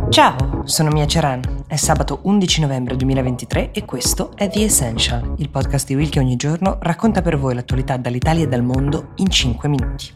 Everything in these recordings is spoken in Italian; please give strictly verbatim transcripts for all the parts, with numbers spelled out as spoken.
Ciao, sono Mia Ceran. È sabato undici novembre duemilaventitré e questo è The Essential, il podcast di Will che ogni giorno racconta per voi l'attualità dall'Italia e dal mondo in cinque minuti.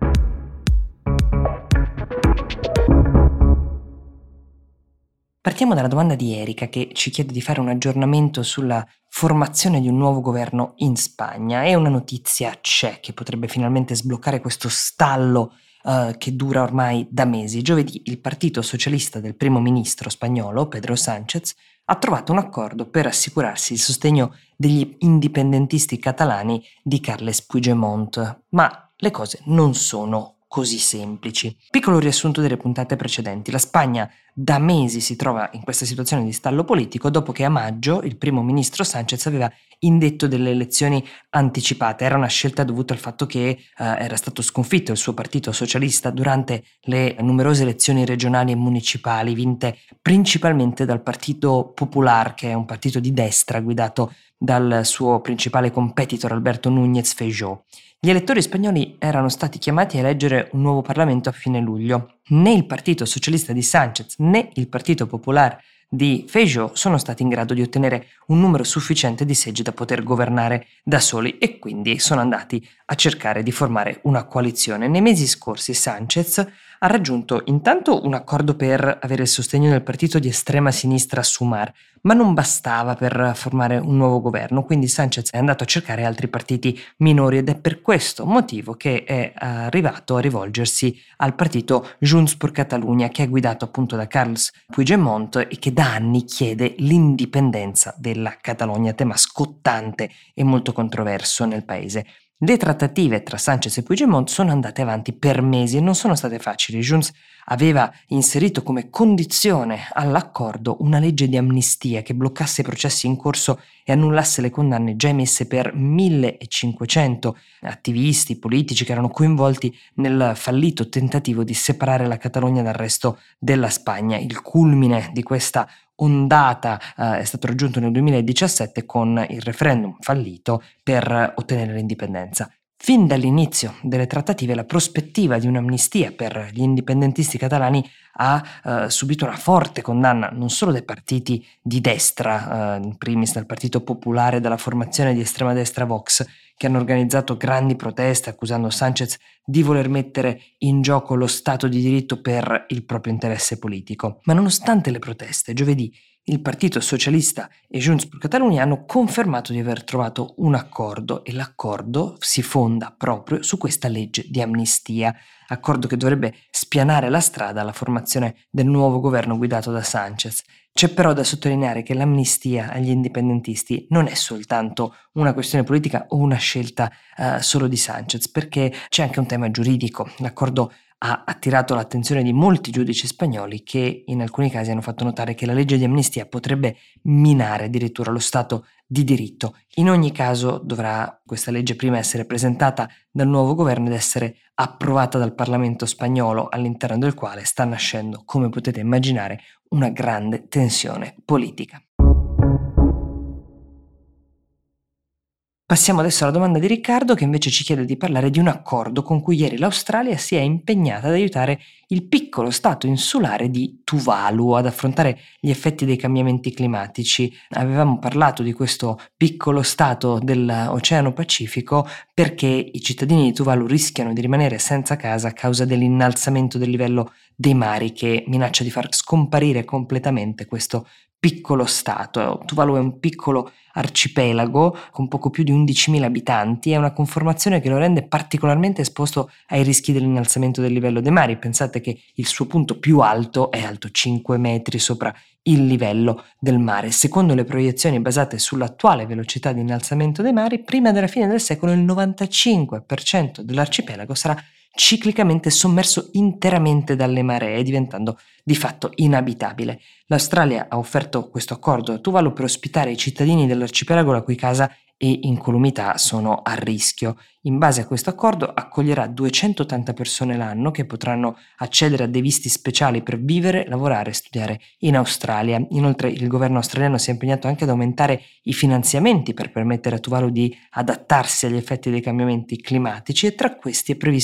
Partiamo dalla domanda di Erika, che ci chiede di fare un aggiornamento sulla formazione di un nuovo governo in Spagna. E una notizia c'è che potrebbe finalmente sbloccare questo stallo uh, che dura ormai da mesi. Giovedì il partito socialista del primo ministro spagnolo, Pedro Sánchez, ha trovato un accordo per assicurarsi il sostegno degli indipendentisti catalani di Carles Puigdemont. Ma le cose non sono così semplici. Piccolo riassunto delle puntate precedenti. La Spagna da mesi si trova in questa situazione di stallo politico dopo che a maggio il primo ministro Sánchez aveva indetto delle elezioni anticipate. Era una scelta dovuta al fatto che eh, era stato sconfitto il suo partito socialista durante le numerose elezioni regionali e municipali vinte principalmente dal Partito Popular, che è un partito di destra guidato dal suo principale competitor Alberto Núñez Feijóo. Gli elettori spagnoli erano stati chiamati a eleggere un nuovo Parlamento a fine luglio. Né il Partito Socialista di Sánchez né il Partito Popular di Feijóo sono stati in grado di ottenere un numero sufficiente di seggi da poter governare da soli e quindi sono andati a cercare di formare una coalizione. Nei mesi scorsi Sánchez ha raggiunto intanto un accordo per avere il sostegno del partito di estrema sinistra Sumar, ma non bastava per formare un nuovo governo, quindi Sánchez è andato a cercare altri partiti minori ed è per questo motivo che è arrivato a rivolgersi al partito Junts per Catalunya, che è guidato appunto da Carles Puigdemont e che da anni chiede l'indipendenza della Catalogna, tema scottante e molto controverso nel paese. Le trattative tra Sánchez e Puigdemont sono andate avanti per mesi e non sono state facili. Junts aveva inserito come condizione all'accordo una legge di amnistia che bloccasse i processi in corso e annullasse le condanne già emesse per millecinquecento attivisti politici che erano coinvolti nel fallito tentativo di separare la Catalogna dal resto della Spagna. Il culmine di questa ondata eh, è stato raggiunto nel duemiladiciassette con il referendum fallito per ottenere l'indipendenza. Fin dall'inizio delle trattative la prospettiva di un'amnistia per gli indipendentisti catalani ha eh, subito una forte condanna non solo dai partiti di destra, eh, in primis dal Partito Popolare e dalla formazione di estrema destra Vox, che hanno organizzato grandi proteste accusando Sánchez di voler mettere in gioco lo Stato di diritto per il proprio interesse politico. Ma nonostante le proteste, giovedì il Partito Socialista e Junts per Catalunya hanno confermato di aver trovato un accordo e l'accordo si fonda proprio su questa legge di amnistia, accordo che dovrebbe spianare la strada alla formazione del nuovo governo guidato da Sánchez. C'è però da sottolineare che l'amnistia agli indipendentisti non è soltanto una questione politica o una scelta uh, solo di Sánchez, perché c'è anche un tema giuridico. L'accordo ha attirato l'attenzione di molti giudici spagnoli che in alcuni casi hanno fatto notare che la legge di amnistia potrebbe minare addirittura lo Stato di diritto. In ogni caso dovrà questa legge prima essere presentata dal nuovo governo ed essere approvata dal Parlamento spagnolo, all'interno del quale sta nascendo, come potete immaginare, una grande tensione politica. Passiamo adesso alla domanda di Riccardo, che invece ci chiede di parlare di un accordo con cui ieri l'Australia si è impegnata ad aiutare il piccolo stato insulare di Tuvalu ad affrontare gli effetti dei cambiamenti climatici. Avevamo parlato di questo piccolo stato dell'Oceano Pacifico perché i cittadini di Tuvalu rischiano di rimanere senza casa a causa dell'innalzamento del livello dei mari che minaccia di far scomparire completamente questo piccolo stato. Tuvalu è un piccolo arcipelago con poco più di undicimila abitanti, è una conformazione che lo rende particolarmente esposto ai rischi dell'innalzamento del livello dei mari. Pensate che il suo punto più alto è alto cinque metri sopra il livello del mare. Secondo le proiezioni basate sull'attuale velocità di innalzamento dei mari, prima della fine del secolo il novantacinque per cento dell'arcipelago sarà ciclicamente sommerso interamente dalle maree, diventando di fatto inabitabile. L'Australia ha offerto questo accordo a Tuvalu per ospitare i cittadini dell'arcipelago la cui casa e incolumità sono a rischio. In base a questo accordo accoglierà duecentottanta persone l'anno che potranno accedere a dei visti speciali per vivere, lavorare e studiare in Australia. Inoltre il governo australiano si è impegnato anche ad aumentare i finanziamenti per permettere a Tuvalu di adattarsi agli effetti dei cambiamenti climatici e tra questi è previsto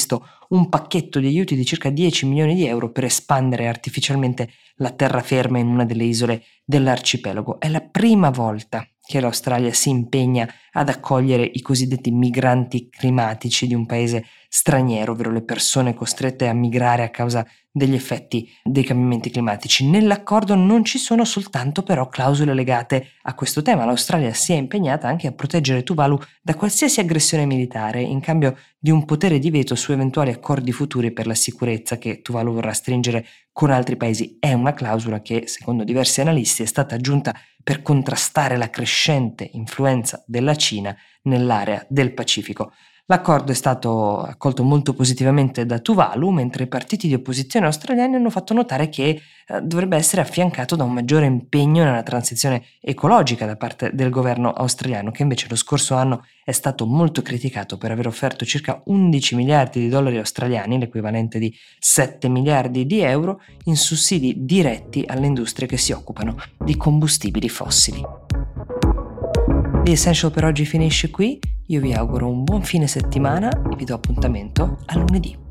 un pacchetto di aiuti di circa dieci milioni di euro per espandere artificialmente la terraferma in una delle isole dell'arcipelago. È la prima volta che l'Australia si impegna ad accogliere i cosiddetti migranti climatici di un paese straniero, ovvero le persone costrette a migrare a causa degli effetti dei cambiamenti climatici. Nell'accordo non ci sono soltanto però clausole legate a questo tema. L'Australia si è impegnata anche a proteggere Tuvalu da qualsiasi aggressione militare in cambio di un potere di veto su eventuali accordi futuri per la sicurezza che Tuvalu vorrà stringere con altri paesi. È una clausola che, secondo diversi analisti, è stata aggiunta per contrastare la crescente influenza della Cina nell'area del Pacifico. L'accordo è stato accolto molto positivamente da Tuvalu, mentre i partiti di opposizione australiani hanno fatto notare che eh, dovrebbe essere affiancato da un maggiore impegno nella transizione ecologica da parte del governo australiano, che invece lo scorso anno è stato molto criticato per aver offerto circa undici miliardi di dollari australiani, l'equivalente di sette miliardi di euro, in sussidi diretti alle industrie che si occupano di combustibili fossili. The Essential per oggi finisce qui, io vi auguro un buon fine settimana e vi do appuntamento a lunedì.